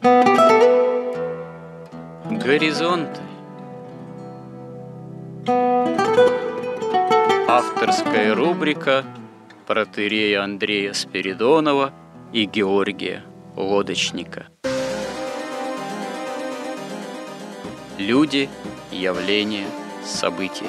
Горизонты. Авторская рубрика протоиерея Андрея Спиридонова и Георгия Лодочника. Люди, явления, события.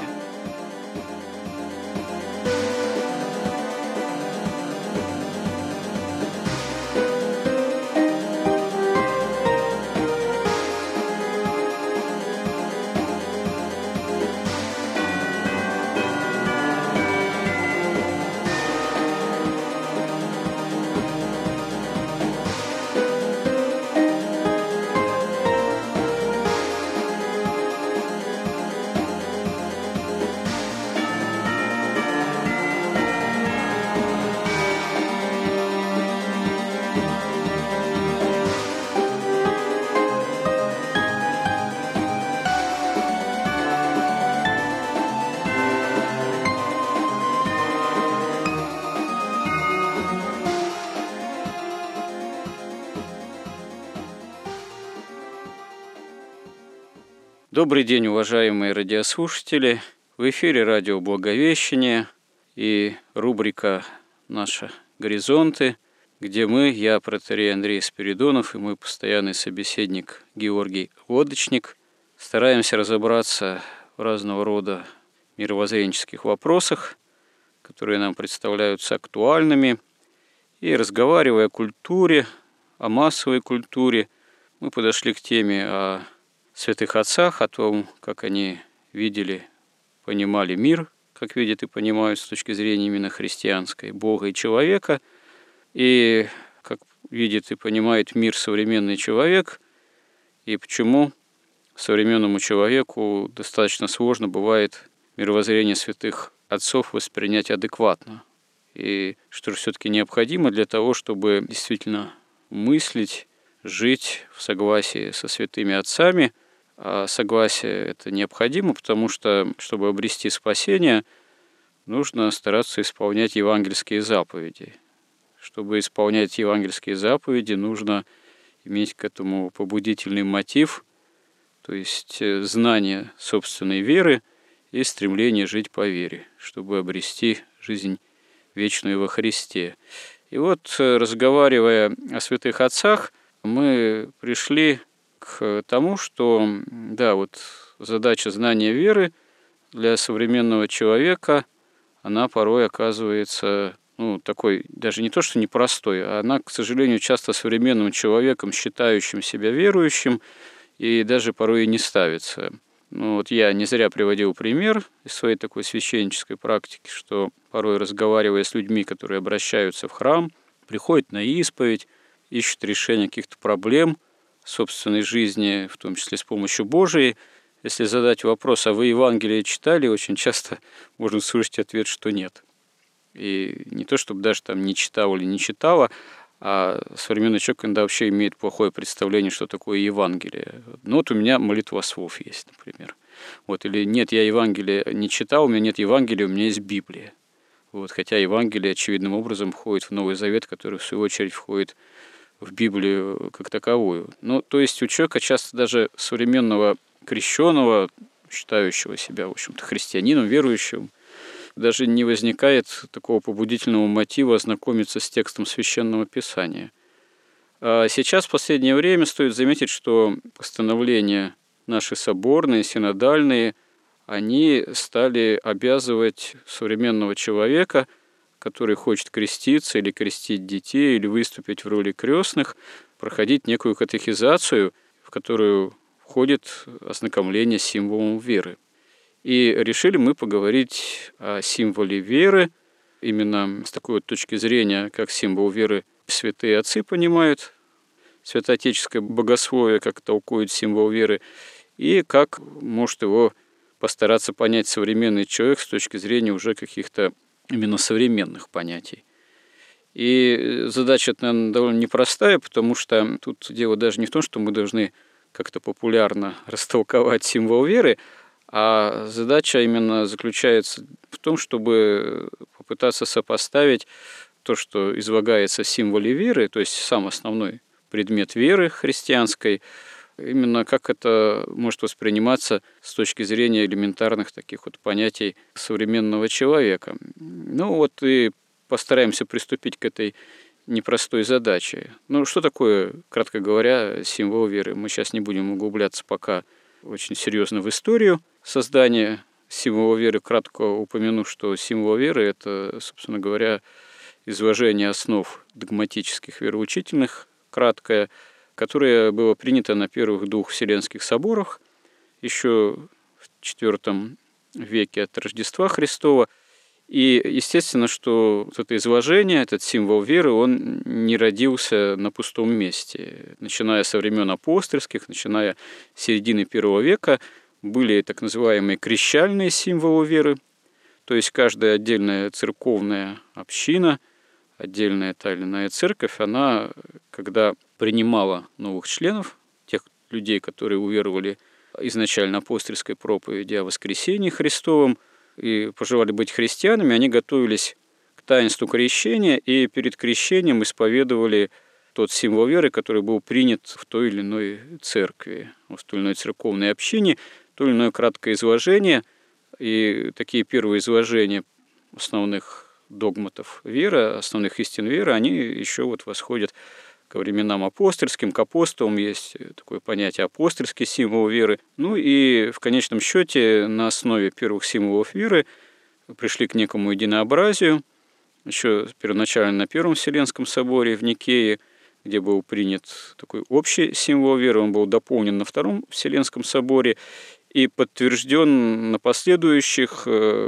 Добрый день, уважаемые радиослушатели! В эфире радио «Благовещение» и рубрика наша «Горизонты», где я, протоиерей Андрей Спиридонов, и мой постоянный собеседник Георгий Лодочник, стараемся разобраться в разного рода мировоззренческих вопросах, которые нам представляются актуальными, и разговаривая о культуре, о массовой культуре, мы подошли к теме о святых отцах, о том, как они видели, понимали мир, как видят и понимают с точки зрения именно христианской, Бога и человека, и как видит и понимает мир современный человек, и почему современному человеку достаточно сложно бывает мировоззрение святых отцов воспринять адекватно, и что же все-таки необходимо для того, чтобы действительно мыслить, жить в согласии со святыми отцами. А согласие это необходимо, потому что, чтобы обрести спасение, нужно стараться исполнять евангельские заповеди. Чтобы исполнять евангельские заповеди, нужно иметь к этому побудительный мотив, то есть знание собственной веры и стремление жить по вере, чтобы обрести жизнь вечную во Христе. И вот, разговаривая о святых отцах, мы пришли к тому, что задача знания веры для современного человека, она порой оказывается такой, даже не то, что непростой, а она, к сожалению, часто современным человеком, считающим себя верующим, и даже порой и не ставится. Я не зря приводил пример из своей такой священнической практики, что порой, разговаривая с людьми, которые обращаются в храм, приходят на исповедь, ищут решение каких-то проблем собственной жизни, в том числе с помощью Божией. Если задать вопрос, а вы Евангелие читали, очень часто можно услышать ответ, что нет. И не то, чтобы даже там не читал или не читала, а современный человек иногда вообще имеет плохое представление, что такое Евангелие. У меня молитвослов есть, например. Или нет, я Евангелие не читал, у меня нет Евангелия, у меня есть Библия. Хотя Евангелие очевидным образом входит в Новый Завет, который в свою очередь входит в Библию как таковую. То есть у человека часто даже современного крещеного, считающего себя, в общем-то, христианином, верующим, даже не возникает такого побудительного мотива ознакомиться с текстом Священного Писания. А сейчас, в последнее время, стоит заметить, что постановления наши соборные, синодальные, они стали обязывать современного человека, который хочет креститься или крестить детей, или выступить в роли крестных, проходить некую катехизацию, в которую входит ознакомление с символом веры. И решили мы поговорить о символе веры, именно с такой точки зрения, как символ веры святые отцы понимают, святоотеческое богословие, как толкует символ веры, и как может его постараться понять современный человек с точки зрения уже каких-то именно современных понятий. И задача, наверное, довольно непростая, потому что тут дело даже не в том, что мы должны как-то популярно растолковать символ веры, а задача именно заключается в том, чтобы попытаться сопоставить то, что излагается в символе веры, то есть сам основной предмет веры христианской, именно как это может восприниматься с точки зрения элементарных таких вот понятий современного человека. Ну вот и постараемся приступить к этой непростой задаче. Ну что такое, кратко говоря, символ веры? Мы сейчас не будем углубляться пока очень серьезно в историю создания символа веры. Кратко упомяну, что символ веры – это, собственно говоря, изложение основ догматических вероучительных, краткое, которое было принято на первых двух Вселенских соборах еще в IV веке от Рождества Христова. И естественно, что вот это изложение, этот символ веры, он не родился на пустом месте. Начиная со времен апостольских, начиная с середины I века, были так называемые крещальные символы веры, то есть каждая отдельная церковная община, отдельная тайная церковь, она, когда принимала новых членов, тех людей, которые уверовали изначально апостольской проповеди о воскресении Христовом и пожелали быть христианами, они готовились к таинству крещения и перед крещением исповедовали тот символ веры, который был принят в той или иной церкви, в той или иной церковной общине, то или иное краткое изложение. И такие первые изложения основных догматов веры, основных истин веры, они еще вот восходят ко временам апостольским, к апостолам есть такое понятие апостольский символ веры. Ну и в конечном счете на основе первых символов веры пришли к некому единообразию. Еще первоначально на Первом Вселенском соборе в Никее, где был принят такой общий символ веры, он был дополнен на Втором Вселенском соборе и подтвержден на последующих,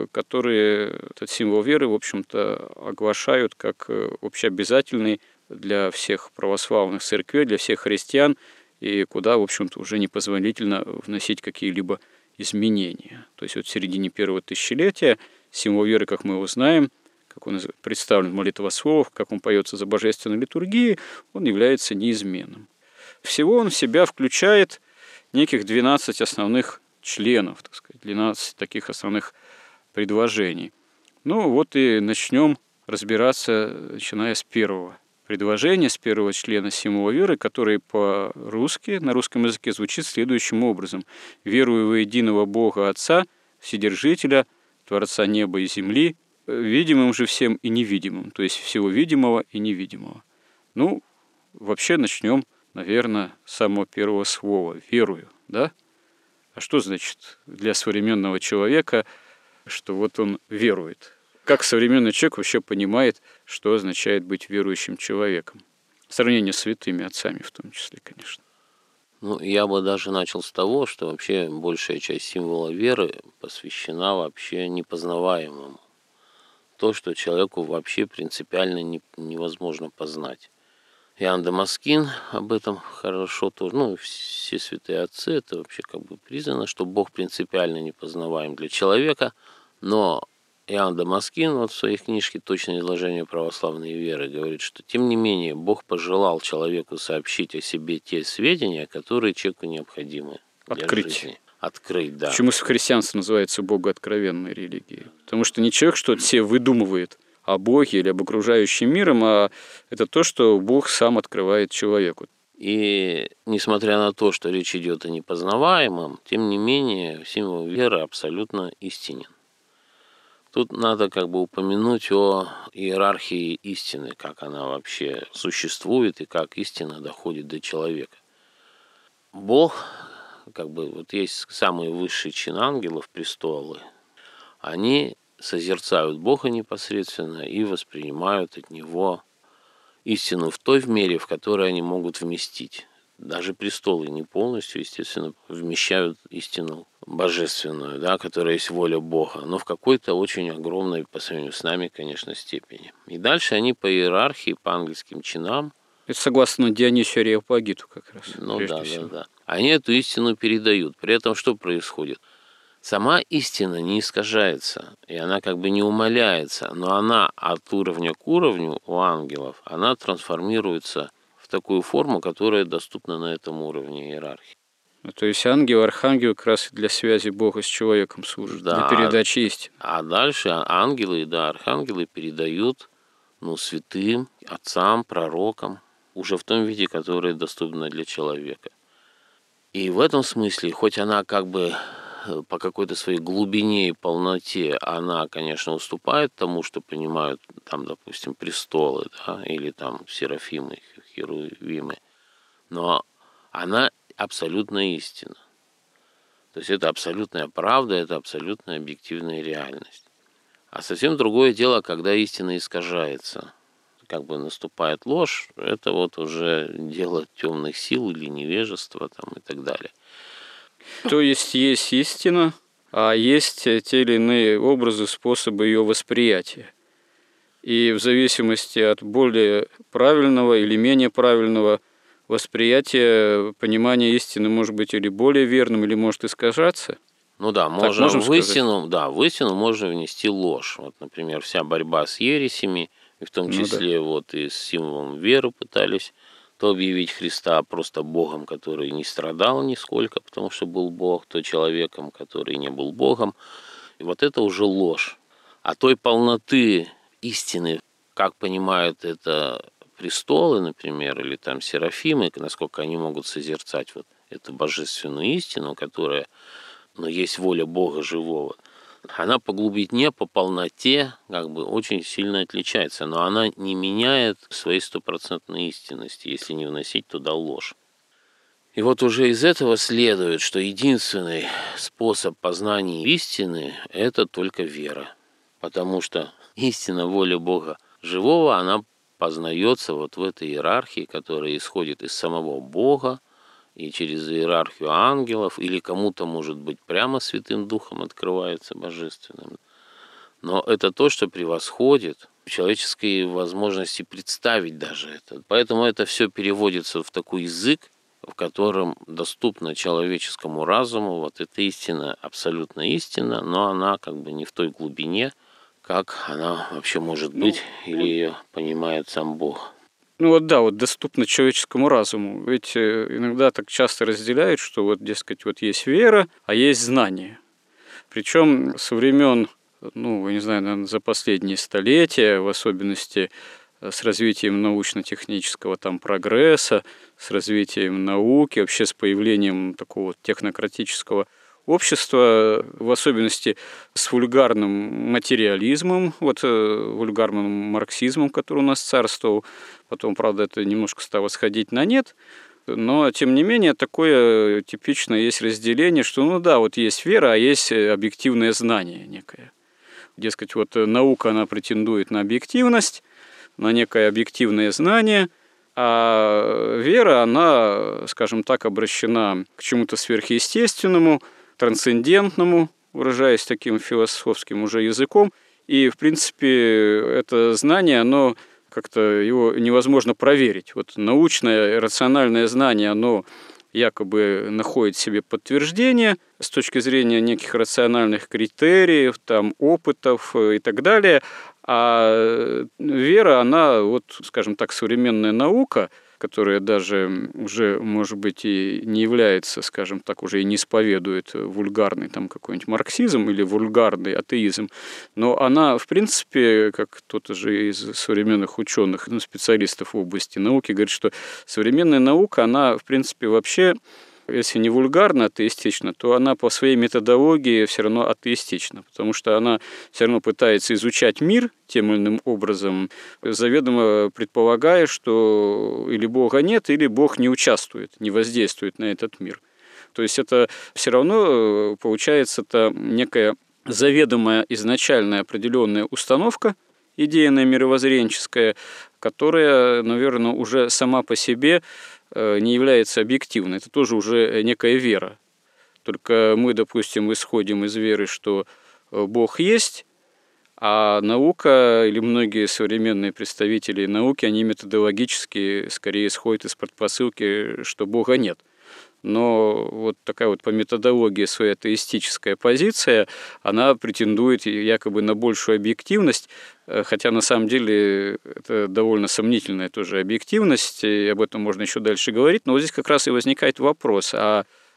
которые этот символ веры, в общем-то, оглашают как общеобязательный для всех православных церквей, для всех христиан, и куда, в общем-то, уже непозволительно вносить какие-либо изменения. То есть вот в середине первого тысячелетия символ веры, как мы его знаем, как он представлен в молитвословах, как он поется за божественной литургией, он является неизменным. Всего он в себя включает неких 12 основных членов, так сказать, 12 таких основных предложений. Ну вот и начнем разбираться, начиная с первого предложения, с первого члена символа веры, который по-русски, на русском языке звучит следующим образом. «Верую во единого Бога Отца, Вседержителя, Творца неба и земли, видимым же всем и невидимым», то есть всего видимого и невидимого. Ну, вообще начнем, наверное, с самого первого слова «верую», да? А что значит для современного человека, что вот он верует? Как современный человек вообще понимает, что означает быть верующим человеком? В сравнении с святыми отцами в том числе, конечно. Ну, я бы даже начал с того, что вообще большая часть символа веры посвящена вообще непознаваемому. То, что человеку вообще принципиально невозможно познать. Иоанн Дамаскин об этом хорошо тоже, ну, все святые отцы, это вообще как бы признано, что Бог принципиально непознаваем для человека, но Иоанн Дамаскин вот в своей книжке «Точное изложение православной веры» говорит, что тем не менее Бог пожелал человеку сообщить о себе те сведения, которые человеку необходимы для жизни. Открыть, да. Почему христианство называется богооткровенной религией? Потому что не человек что-то себе выдумывает о Боге или об окружающем миром, а это то, что Бог сам открывает человеку. И несмотря на то, что речь идет о непознаваемом, тем не менее символ веры абсолютно истинен. Тут надо как бы упомянуть о иерархии истины, как она вообще существует и как истина доходит до человека. Бог, как бы вот есть самый высший чин ангелов, престолы, они созерцают Бога непосредственно и воспринимают от Него истину в той мере, в которой они могут вместить. Даже престолы не полностью, естественно, вмещают истину божественную, да, которая есть воля Бога, но в какой-то очень огромной, по сравнению с нами, конечно, степени. И дальше они по иерархии, по ангельским чинам. Это согласно Дионисию Ареопагиту как раз. Ну да. Они эту истину передают. При этом что происходит? Сама истина не искажается, и она как бы не умаляется, но она от уровня к уровню у ангелов, она трансформируется в такую форму, которая доступна на этом уровне иерархии. То есть ангел, архангел как раз для связи Бога с человеком служит, да, для передачи истины. А дальше ангелы, да, архангелы передают святым, отцам, пророкам уже в том виде, которое доступно для человека. И в этом смысле, хоть она как бы по какой-то своей глубине и полноте, она, конечно, уступает тому, что понимают там, допустим, престолы, да, или там серафимы, херувимы, но она абсолютная истина. То есть это абсолютная правда, это абсолютная объективная реальность. А совсем другое дело, когда истина искажается, как бы наступает ложь, это вот уже дело темных сил или невежества там, и так далее. То есть истина, а есть те или иные образы, способы ее восприятия. И в зависимости от более правильного или менее правильного восприятия, понимание истины может быть или более верным, или может искажаться. Ну да, в истину можно внести ложь. Вот, например, вся борьба с ересями, и в том числе вот и с символом веры пытались то объявить Христа просто Богом, который не страдал нисколько, потому что был Бог, то человеком, который не был Богом. И вот это уже ложь. А той полноты истины, как понимают это престолы, например, или там серафимы, насколько они могут созерцать вот эту божественную истину, которая, есть воля Бога живого, она по глубине, по полноте как бы очень сильно отличается, но она не меняет своей стопроцентной истинности, если не вносить туда ложь. И вот уже из этого следует, что единственный способ познания истины – это только вера. Потому что истина воли Бога живого, она познается вот в этой иерархии, которая исходит из самого Бога, и через иерархию ангелов, или кому-то, может быть, прямо Святым Духом открывается божественным. Но это то, что превосходит человеческие возможности представить даже это. Поэтому это все переводится в такой язык, в котором доступно человеческому разуму вот эта истина, абсолютно истина, но она как бы не в той глубине, как она вообще может быть, или ее понимает сам Бог. Доступно человеческому разуму. Ведь иногда так часто разделяют, что вот, дескать, вот есть вера, а есть знание. Причем со времен, наверное, за последние столетия, в особенности с развитием научно-технического там прогресса, с развитием науки, вообще с появлением такого технократического общества, в особенности с вульгарным материализмом, вульгарным марксизмом, который у нас царствовал. Потом, правда, это немножко стало сходить на нет. Но, тем не менее, такое типичное есть разделение, что, есть вера, а есть объективное знание некое. Дескать, наука, она претендует на объективность, на некое объективное знание, а вера, она, скажем так, обращена к чему-то сверхъестественному, трансцендентному, выражаясь таким философским уже языком. И, в принципе, это знание, оно как-то его невозможно проверить. Научное, рациональное знание, оно якобы находит в себе подтверждение с точки зрения неких рациональных критериев, опытов и так далее. А вера, она, скажем так, современная наука, которая даже уже, может быть, и не является, скажем так, уже и не исповедует вульгарный какой-нибудь марксизм или вульгарный атеизм, но она, в принципе, как кто-то же из современных ученых, специалистов в области науки, говорит, что современная наука, она, в принципе, вообще, если не вульгарно атеистична, то она по своей методологии все равно атеистична, потому что она все равно пытается изучать мир тем или иным образом, заведомо предполагая, что или Бога нет, или Бог не участвует, не воздействует на этот мир. То есть это все равно получается некая заведомая изначальная определенная установка, идейная мировоззренческая, которая, наверное, уже сама по себе не является объективной. Это тоже уже некая вера. Только мы, допустим, исходим из веры, что Бог есть, а наука или многие современные представители науки, они методологически скорее исходят из предпосылки, что Бога нет. Но такая по методологии своей атеистическая позиция, она претендует якобы на большую объективность, хотя на самом деле это довольно сомнительная тоже объективность, и об этом можно еще дальше говорить. Но здесь как раз и возникает вопрос, а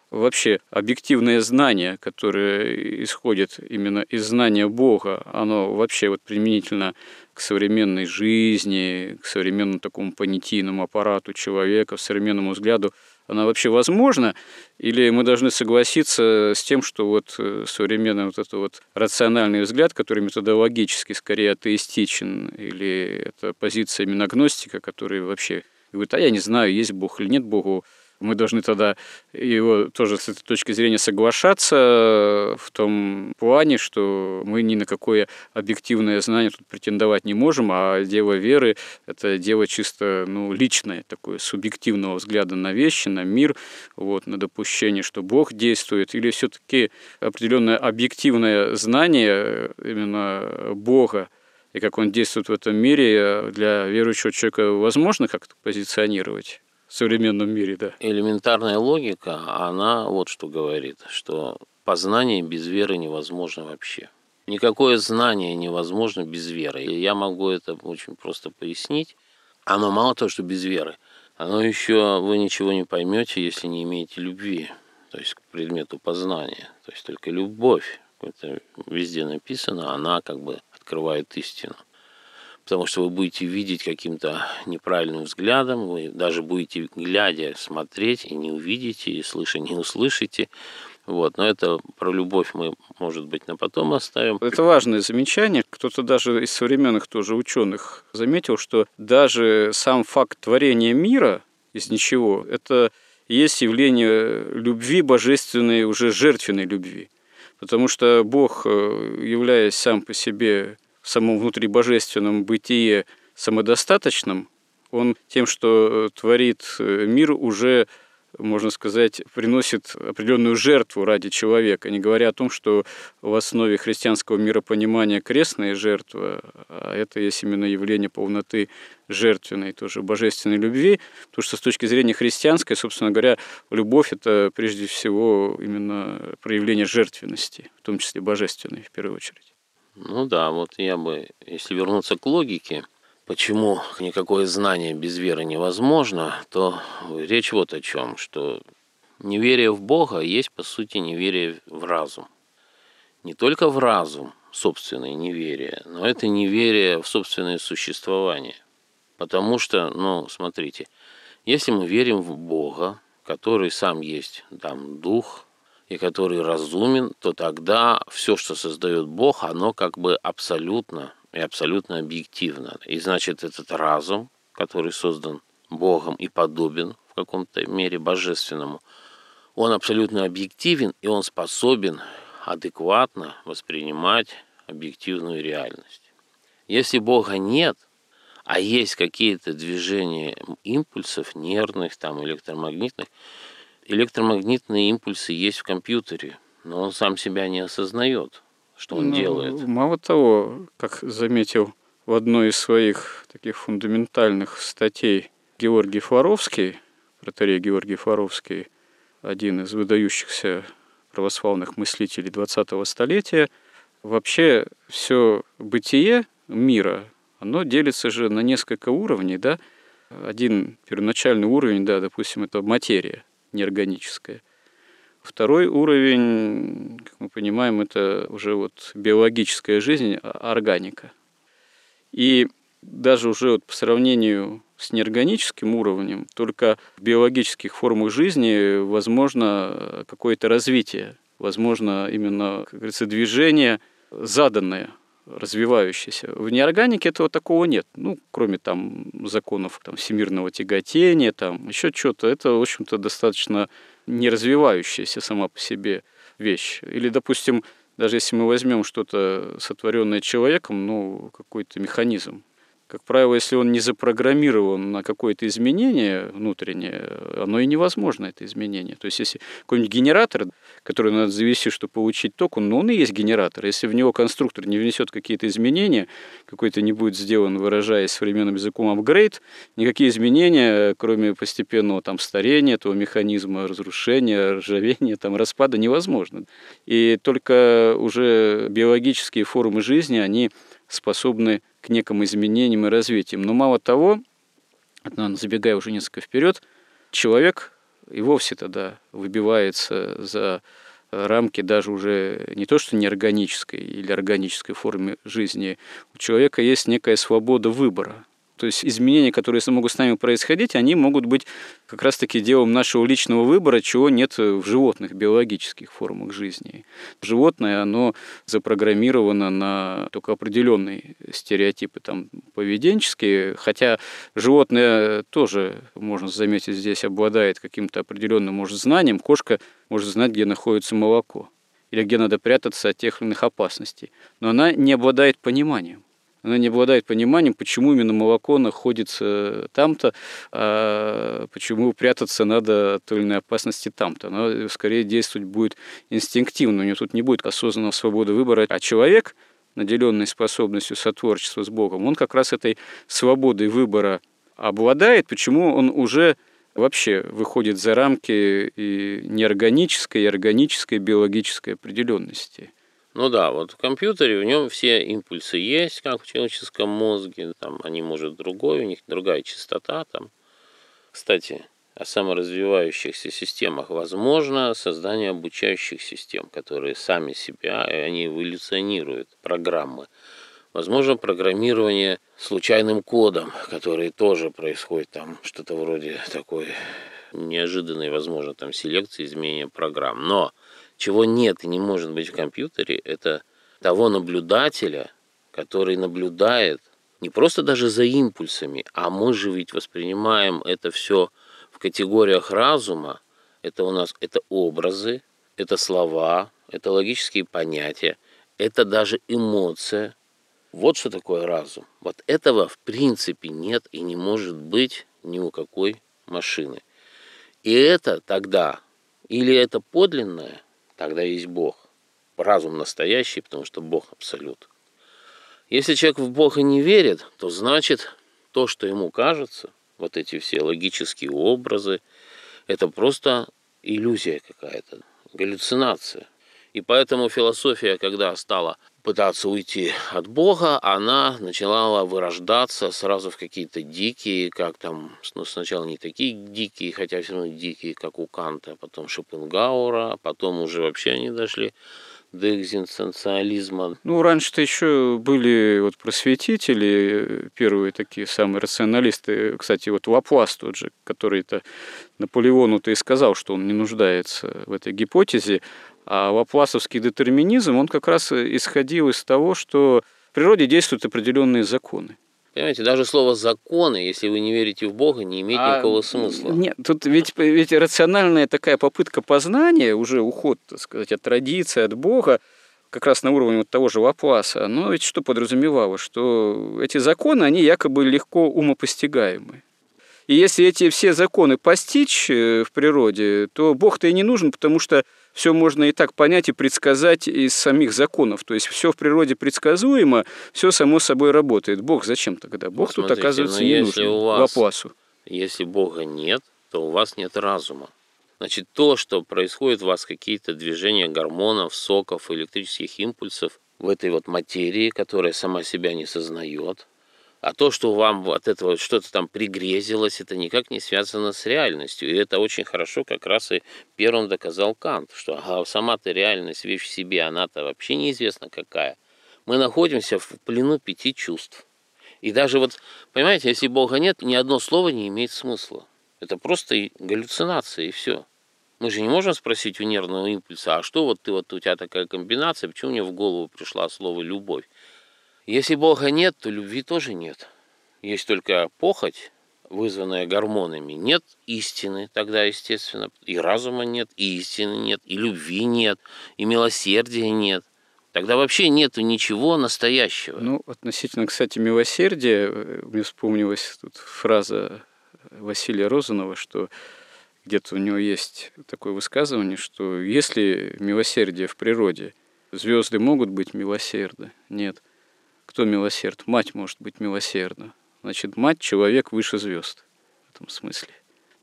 вообще объективное знание, которое исходит именно из знания Бога, оно вообще вот применительно к современной жизни, к современному такому понятийному аппарату человека, к современному взгляду, она вообще возможна? Или мы должны согласиться с тем, что вот современный вот этот вот рациональный взгляд, который методологически скорее атеистичен, или это позиция именно гностика, который вообще говорит, а я не знаю, есть Бог или нет Бога, мы должны тогда его тоже с этой точки зрения соглашаться в том плане, что мы ни на какое объективное знание тут претендовать не можем, а дело веры – это дело чисто личное, такое субъективного взгляда на вещи, на мир, вот, на допущение, что Бог действует, или все-таки определенное объективное знание именно Бога и как Он действует в этом мире для верующего человека возможно как-то позиционировать? В современном мире, да. Элементарная логика, она вот что говорит, что познание без веры невозможно вообще. Никакое знание невозможно без веры. И я могу это очень просто пояснить. Оно мало того, что без веры, оно еще вы ничего не поймете, если не имеете любви, то есть к предмету познания. То есть только любовь, это везде написано, она как бы открывает истину. Потому что вы будете видеть каким-то неправильным взглядом, вы даже будете, глядя, смотреть и не увидите, и слыша не услышите. Вот. Но это про любовь мы, может быть, на потом оставим. Это важное замечание. Кто-то даже из современных тоже ученых заметил, что даже сам факт творения мира из ничего – это есть явление любви божественной, уже жертвенной любви. Потому что Бог, являясь сам по себе в самом внутрибожественном бытие самодостаточным, Он тем, что творит мир, уже, можно сказать, приносит определенную жертву ради человека, не говоря о том, что в основе христианского миропонимания крестная жертва, а это есть именно явление полноты жертвенной, тоже божественной любви, потому что с точки зрения христианской, собственно говоря, любовь – это прежде всего именно проявление жертвенности, в том числе божественной в первую очередь. Ну да, вот я бы, если вернуться к логике, почему никакое знание без веры невозможно, то речь вот о чем, что неверие в Бога есть, по сути, неверие в разум. Не только в разум, собственное неверие, но это неверие в собственное существование. Потому что, смотрите, если мы верим в Бога, который сам есть там дух, и который разумен, то тогда все, что создает Бог, оно как бы абсолютно и абсолютно объективно. И значит, этот разум, который создан Богом и подобен в каком-то мере божественному, он абсолютно объективен, и он способен адекватно воспринимать объективную реальность. Если Бога нет, а есть какие-то движения импульсов нервных, там, электромагнитные импульсы есть в компьютере, но он сам себя не осознает, что он делает. Мало того, как заметил в одной из своих таких фундаментальных статей Георгий Флоровский, протоиерей Георгий Флоровский, один из выдающихся православных мыслителей 20-го столетия, вообще все бытие мира, оно делится же на несколько уровней, да? Один первоначальный уровень, да, допустим, это материя неорганическая. Второй уровень, как мы понимаем, это уже вот биологическая жизнь, органика. И даже уже вот по сравнению с неорганическим уровнем, только в биологических формах жизни возможно какое-то развитие, возможно именно, как говорится, движение заданное, развивающееся. В неорганике этого такого нет. Кроме там законов всемирного тяготения, еще что-то. Это, в общем-то, достаточно не развивающаяся сама по себе вещь. Или, допустим, даже если мы возьмем что-то, сотворенное человеком, какой-то механизм, как правило, если он не запрограммирован на какое-то изменение внутреннее, оно и невозможно, это изменение. То есть, если какой-нибудь генератор, который надо завести, чтобы получить ток, он и есть генератор. Если в него конструктор не внесет какие-то изменения, какой-то не будет сделан, выражаясь современным языком, апгрейд, никакие изменения, кроме постепенного старения этого механизма, разрушения, ржавения, распада, невозможно. И только уже биологические формы жизни, они способны к неким изменениям и развитиям. Но мало того, забегая уже несколько вперед, человек и вовсе тогда выбивается за рамки даже уже не то, что неорганической или органической формы жизни. У человека есть некая свобода выбора. То есть изменения, которые могут с нами происходить, они могут быть как раз-таки делом нашего личного выбора, чего нет в животных биологических формах жизни. Животное, оно запрограммировано на только определенные стереотипы там, поведенческие, хотя животное тоже, можно заметить, здесь обладает каким-то определенным, может, знанием. Кошка может знать, где находится молоко или где надо прятаться от тех или иных опасностей, но она не обладает пониманием. Она не обладает пониманием, почему именно молоко находится там-то, а почему прятаться надо от той или иной опасности там-то. Она скорее действовать будет инстинктивно, у нее тут не будет осознанного свободы выбора. А человек, наделенный способностью сотворчества с Богом, он как раз этой свободой выбора обладает, почему он уже вообще выходит за рамки и неорганической, и органической, биологической определенности. Ну да, вот в компьютере в нем все импульсы есть, как в человеческом мозге, там они, может, другой, у них другая частота там. Кстати, о саморазвивающихся системах возможно создание обучающих систем, которые сами себя, они эволюционируют, программы. Возможно, программирование случайным кодом, который тоже происходит там, что-то вроде такой неожиданной, возможно, там селекции, изменения программ. Но чего нет и не может быть в компьютере, это того наблюдателя, который наблюдает не просто даже за импульсами, а мы же ведь воспринимаем это все в категориях разума. Это у нас это образы, это слова, это логические понятия, это даже эмоция. Вот что такое разум. Вот этого в принципе нет и не может быть ни у какой машины. И это тогда, или это подлинное, тогда есть Бог. Разум настоящий, потому что Бог абсолют. Если человек в Бога не верит, то значит то, что ему кажется, вот эти все логические образы, это просто иллюзия какая-то, галлюцинация. И поэтому философия, когда стала пытаться уйти от Бога, она начала вырождаться сразу в какие-то дикие, как там, ну, сначала не такие дикие, хотя все равно дикие, как у Канта, потом Шопенгауэра, потом уже вообще они дошли до экзистенциализма. Ну, раньше-то еще были вот просветители, первые такие самые рационалисты. Кстати, вот Лаплас тот же, который-то Наполеону-то и сказал, что он не нуждается в этой гипотезе. А лапласовский детерминизм, он как раз исходил из того, что в природе действуют определенные законы. Понимаете, даже слово «законы», если вы не верите в Бога, не имеет никакого смысла. Нет, тут ведь рациональная такая попытка познания, уже уход, так сказать, от традиции, от Бога, как раз на уровне вот того же Лапласа, но ведь что подразумевало? Что эти законы, они якобы легко умопостигаемы. И если эти все законы постичь в природе, то Бог-то и не нужен, потому что все можно и так понять и предсказать из самих законов. То есть все в природе предсказуемо, все само собой работает. Бог зачем тогда? Бог тут, оказывается, не нужен Лапласу. Если Бога нет, то у вас нет разума. Значит, то, что происходит у вас, какие-то движения гормонов, соков, электрических импульсов в этой вот материи, которая сама себя не сознает, а то, что вам от этого что-то там пригрезилось, это никак не связано с реальностью. И это очень хорошо как раз и первым доказал Кант, что сама-то реальность, вещь в себе, она-то вообще неизвестна какая. Мы находимся в плену 5 чувств. И даже вот, понимаете, если Бога нет, ни одно слово не имеет смысла. Это просто галлюцинация, и все. Мы же не можем спросить у нервного импульса, а что вот ты, вот у тебя такая комбинация, почему мне в голову пришла слово «любовь»? Если Бога нет, то любви тоже нет. Есть только похоть, вызванная гормонами. Нет истины тогда, естественно. И разума нет, и истины нет, и любви нет, и милосердия нет. Тогда вообще нету ничего настоящего. Ну, относительно, кстати, милосердия, мне вспомнилась тут фраза Василия Розанова, что где-то у него есть такое высказывание, что если милосердие в природе, звезды могут быть милосердны? Нет. Кто милосерд? Мать может быть милосердна. Значит, мать – человек выше звезд в этом смысле.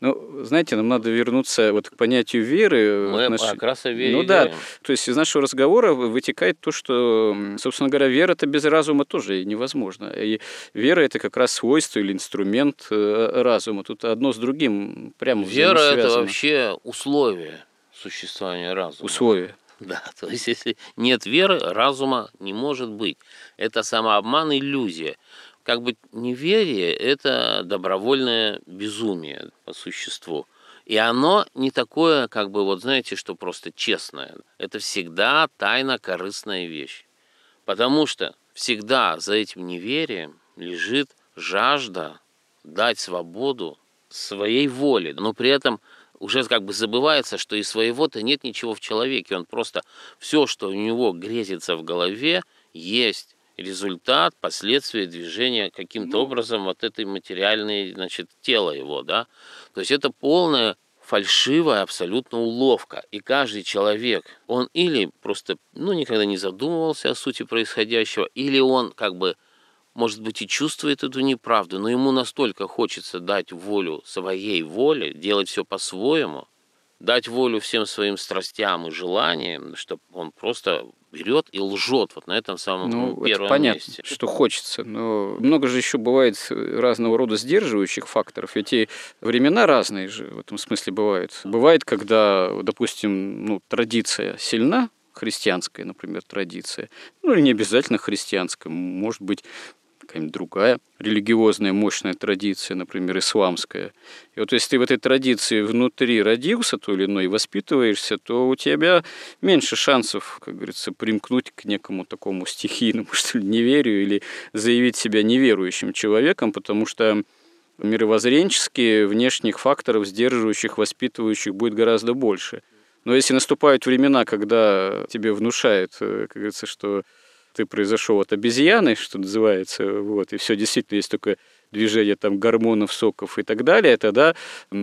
Ну, знаете, нам надо вернуться вот к понятию веры. Мы как раз о вере Ну и да, говорим. то есть из нашего разговора вытекает то, что, собственно говоря, вера-то без разума тоже невозможна. И вера – это как раз свойство или инструмент разума. Тут одно с другим прямо Вера – это взаимосвязано. вообще условие существования разума. Условие. Да, то есть если нет веры, разума не может быть. Это самообман, иллюзия. Как бы неверие – это добровольное безумие по существу. И оно не такое, как бы, вот знаете, что просто честное. Это всегда тайно корыстная вещь. Потому что всегда за этим неверием лежит жажда дать свободу своей воле. Но при этом уже как бы забывается, что и своего-то нет ничего в человеке. Он просто все, что у него грезится в голове, есть результат, последствия движения каким-то образом вот этой материальной, значит, тела его, да. То есть это полная фальшивая абсолютно уловка. И каждый человек, он или просто, никогда не задумывался о сути происходящего, или он как бы, может быть, и чувствует эту неправду, но ему настолько хочется дать волю своей воле, делать все по-своему, дать волю всем своим страстям и желаниям, что он просто берет и лжет вот на этом самом Это первом понятно, месте. что хочется, но много же еще бывает разного рода сдерживающих факторов. Ведь и времена разные же в этом смысле бывают. Бывает, когда, допустим, традиция сильна, христианская, например, традиция, или не обязательно христианская, может быть, какая-нибудь другая религиозная мощная традиция, например, исламская. И вот если ты в этой традиции внутри родился, то или иной, воспитываешься, то у тебя меньше шансов, как говорится, примкнуть к некому такому стихийному, что ли, неверию или заявить себя неверующим человеком, потому что мировоззренчески внешних факторов, сдерживающих, воспитывающих, будет гораздо больше. Но если наступают времена, когда тебе внушают, как говорится, что ты произошел от обезьяны, что называется, и все действительно есть только движение там гормонов, соков и так далее, тогда,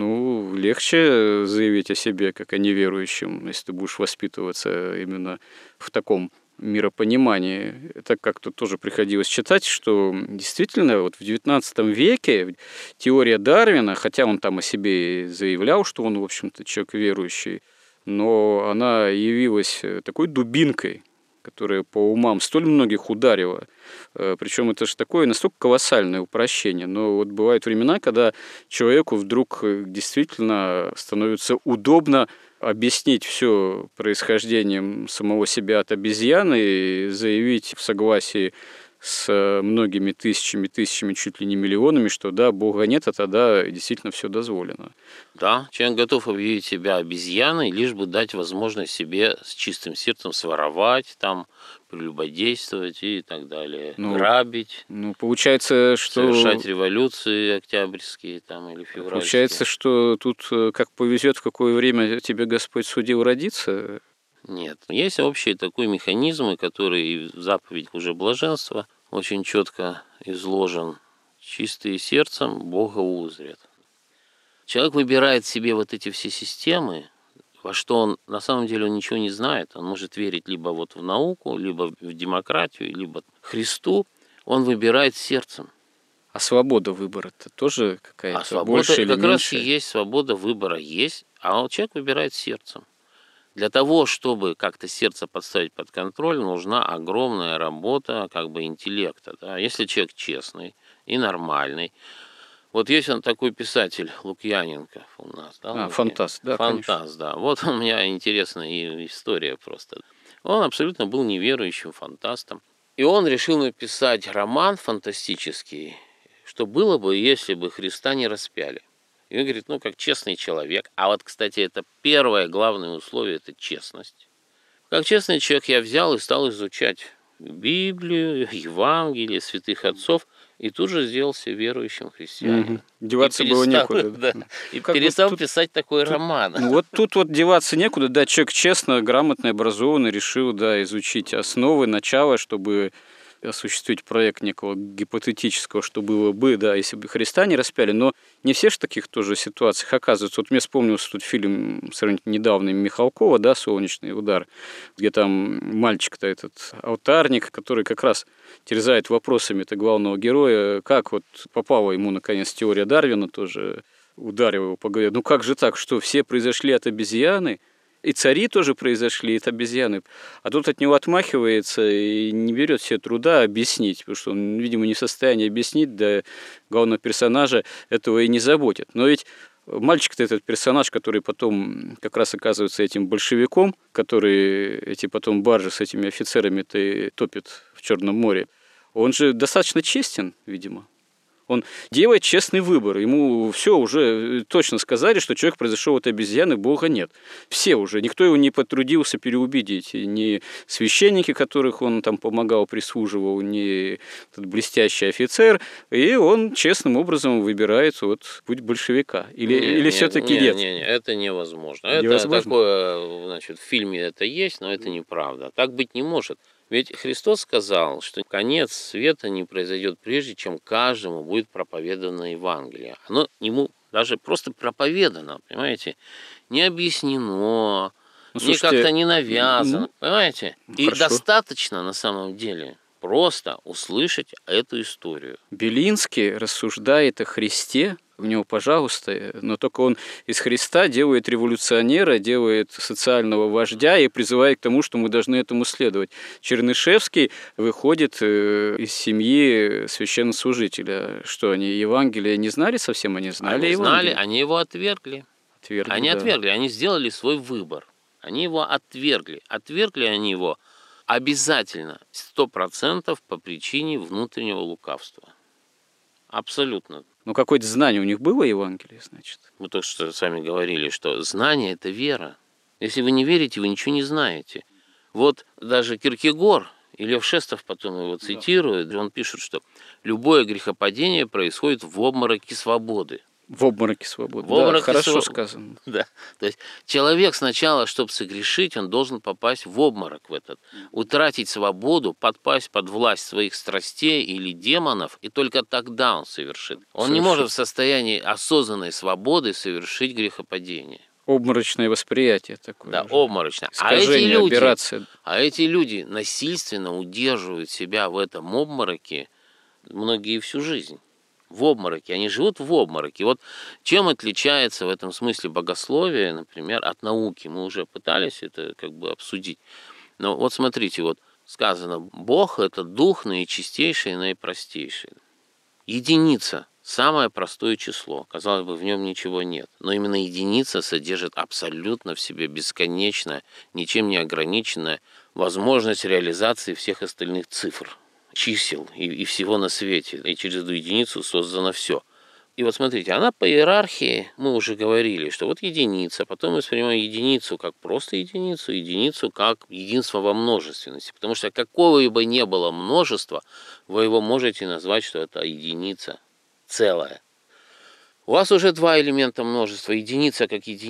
легче заявить о себе как о неверующем, если ты будешь воспитываться именно в таком миропонимании. Это как-то тоже приходилось читать, что действительно вот в XIX веке теория Дарвина, хотя он там о себе заявлял, что он, в общем-то, человек верующий, но она явилась такой дубинкой, которая по умам столь многих ударила. Причем это же такое настолько колоссальное упрощение. Но вот бывают времена, когда человеку вдруг действительно становится удобно объяснить все происхождением самого себя от обезьяны и заявить в согласии с многими тысячами, чуть ли не миллионами, что да, Бога нет, а тогда действительно все дозволено. Да, человек готов объявить себя обезьяной, лишь бы дать возможность себе с чистым сердцем своровать, прелюбодействовать и так далее, грабить. Получается, что... Совершать революции октябрьские или февральские. Получается, что тут как повезет, в какое время тебе Господь судил родиться. Нет. Есть общие такие механизмы, которые в заповедях уже блаженства очень четко изложен. Чистые сердцем Бога узрят. Человек выбирает себе вот эти все системы, во что он на самом деле он ничего не знает. Он может верить либо в науку, либо в демократию, либо Христу. Он выбирает сердцем. А свобода выбора-то тоже какая-то свобода, больше или как меньше? раз и есть свобода выбора, есть, а человек выбирает сердцем. Для того, чтобы как-то сердце подставить под контроль, нужна огромная работа интеллекта. Да? Если человек честный и нормальный. Вот есть он такой писатель, Лукьяненко у нас. Да, фантаст, да, фантаст, конечно. да. Вот у меня интересная история просто. Он абсолютно был неверующим фантастом. И он решил написать роман фантастический, что было бы, если бы Христа не распяли. И он говорит, как честный человек. А вот, кстати, это первое главное условие – это честность. Как честный человек я взял и стал изучать Библию, Евангелие, святых отцов, и тут же сделался верующим христианином. Деваться было некуда. Да, и перестал писать такой роман. Тут деваться некуда. Да, человек честно, грамотно, образованный решил изучить основы, начало, чтобы осуществить проект некого гипотетического, что было бы, да, если бы Христа не распяли, но не все же в таких тоже ситуациях оказываются. Вот мне вспомнился тут фильм сравнительно недавний Михалкова, да, «Солнечный удар», где там мальчик-то этот алтарник, который как раз терзает вопросами главного героя, как попала ему наконец теория Дарвина тоже ударил его по голове. Ну как же так, что все произошли от обезьяны? И цари тоже произошли от обезьяны. А тут от него отмахивается и не берет себе труда объяснить, потому что он, видимо, не в состоянии объяснить, да главного персонажа этого и не заботит. Но ведь мальчик-то этот персонаж, который потом как раз оказывается этим большевиком, который эти потом баржи с этими офицерами-то и топит в Черном море, он же достаточно честен, видимо. Он делает честный выбор. Ему все уже точно сказали, что человек произошел от обезьяны, Бога нет. Все уже. Никто его не потрудился переубедить. Ни священники, которых он там помогал, прислуживал, ни этот блестящий офицер. И он честным образом выбирает вот путь большевика. Или все-таки нет? Нет, это невозможно. Невозможно? Это такое, значит, в фильме это есть, но это неправда. Так быть не может. Ведь Христос сказал, что конец света не произойдет прежде, чем каждому будет проповедано Евангелие. Оно ему даже просто проповедано, понимаете, не объяснено, как-то не навязано, понимаете. И хорошо. достаточно на самом деле просто услышать эту историю. Белинский рассуждает о Христе, в него, пожалуйста, но только он из Христа делает революционера, делает социального вождя и призывает к тому, что мы должны этому следовать. Чернышевский выходит из семьи священнослужителя. Что, они Евангелие не знали совсем? Они знали Евангелие? Знали, они его отвергли. Отвергли. Они сделали свой выбор. Они его отвергли. Отвергли они его обязательно 100% по причине внутреннего лукавства. Абсолютно. Ну, какое-то знание у них было Евангелие, значит? Мы только что сами говорили, что знание – это вера. Если вы не верите, вы ничего не знаете. Вот даже Киркегор, и Лев Шестов потом его цитирует, он пишет, что любое грехопадение происходит в обмороке свободы. В обмороке свободы. Хорошо сказано. Да. То есть человек сначала, чтобы согрешить, он должен попасть в обморок в этот, утратить свободу, подпасть под власть своих страстей или демонов, и только тогда он совершит. Он не может в состоянии осознанной свободы совершить грехопадение. Обморочное восприятие такое. Да, уже. обморочное. Операция. А эти люди насильственно удерживают себя в этом обмороке, многие всю жизнь. В обмороке, они живут в обмороке. Вот чем отличается в этом смысле богословие, например, от науки? Мы уже пытались это как бы обсудить. Но вот смотрите, вот сказано, Бог – это дух наичистейший и наипростейший. Единица – самое простое число. Казалось бы, в нем ничего нет. Но именно единица содержит абсолютно в себе бесконечное, ничем не ограниченное возможность реализации всех остальных цифр, чисел и всего на свете. И через эту единицу создано все. И вот смотрите, она по иерархии, мы уже говорили, что вот единица, потом мы воспринимаем единицу как просто единицу как единство во множественности. Потому что какого бы ни было множества, вы его можете назвать, что это единица целая. У вас уже два элемента множества. Единица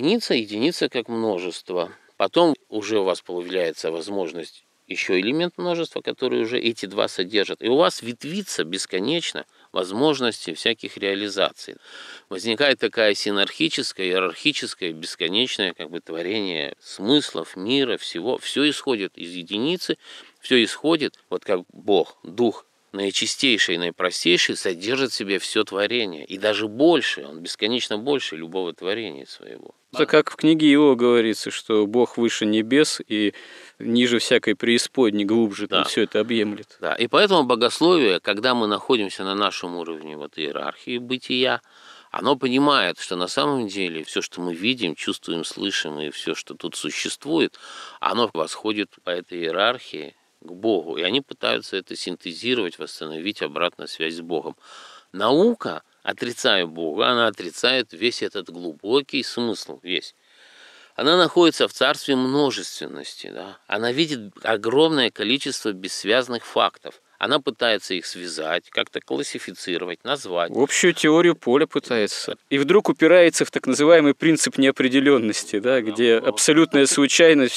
как множество. Потом уже у вас появляется возможность еще элемент множества, который уже эти два содержат. И у вас ветвится бесконечно возможности всяких реализаций. Возникает такая синархическая, иерархическая, бесконечное как бы творение смыслов, мира, всего. Все исходит из единицы, все исходит, вот как Бог, Дух, наичистейший и наипростейший, содержит в себе все творение. И даже больше, он бесконечно больше любого творения своего. Это как в книге Иова говорится, что Бог выше небес и ниже всякой преисподней, глубже, да. Все это объемлет. Да, и поэтому богословие, когда мы находимся на нашем уровне вот иерархии бытия, оно понимает, что на самом деле все, что мы видим, чувствуем, слышим, и все, что тут существует, оно восходит по этой иерархии к Богу. И они пытаются это синтезировать, восстановить обратно связь с Богом. Наука, отрицая Бога, она отрицает весь этот глубокий смысл, весь. Она находится в царстве множественности, да? Она видит огромное количество бессвязных фактов. Она пытается их связать, как-то классифицировать, назвать. Общую теорию поля пытается. И вдруг упирается в так называемый принцип неопределенности, да, где абсолютная случайность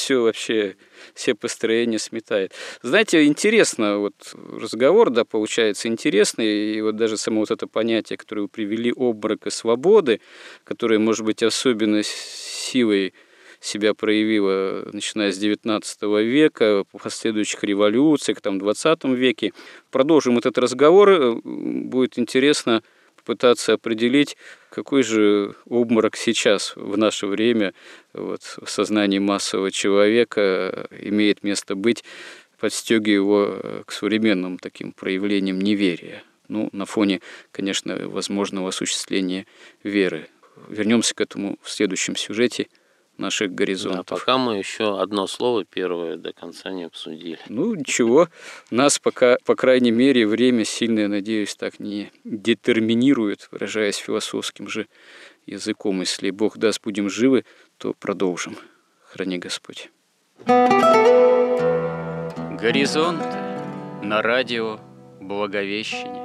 все построения сметает. Знаете, интересно, вот разговор, да, получается интересный, и вот даже само вот это понятие, которое вы привели, обморок и свободы, которое, может быть, особенно силой себя проявила, начиная с XIX века, в последующих революциях, там, в XX веке. Продолжим этот разговор, будет интересно пытаться определить, какой же обморок сейчас, в наше время, в сознании массового человека имеет место быть, подстегивая его к современным таким проявлениям неверия. На фоне, конечно, возможного осуществления веры. Вернемся к этому в следующем сюжете наших горизонтов. Да, пока мы еще одно слово первое до конца не обсудили. Ничего, нас пока, по крайней мере, время сильно, я надеюсь, так не детерминирует, выражаясь философским же языком. Если Бог даст, будем живы, то продолжим. Храни Господь. Горизонты на радио Благовещение.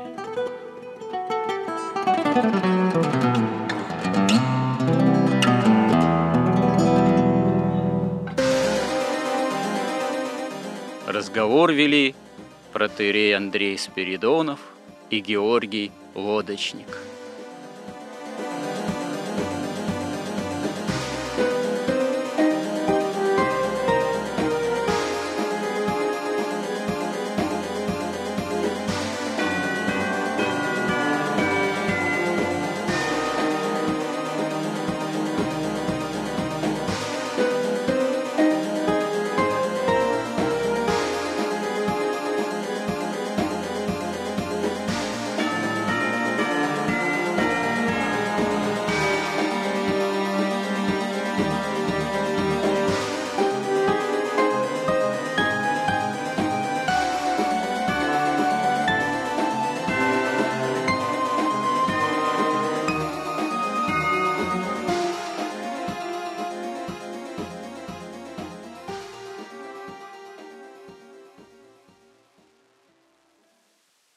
Разговор вели протоиерей Андрей Спиридонов и Георгий Лодочник.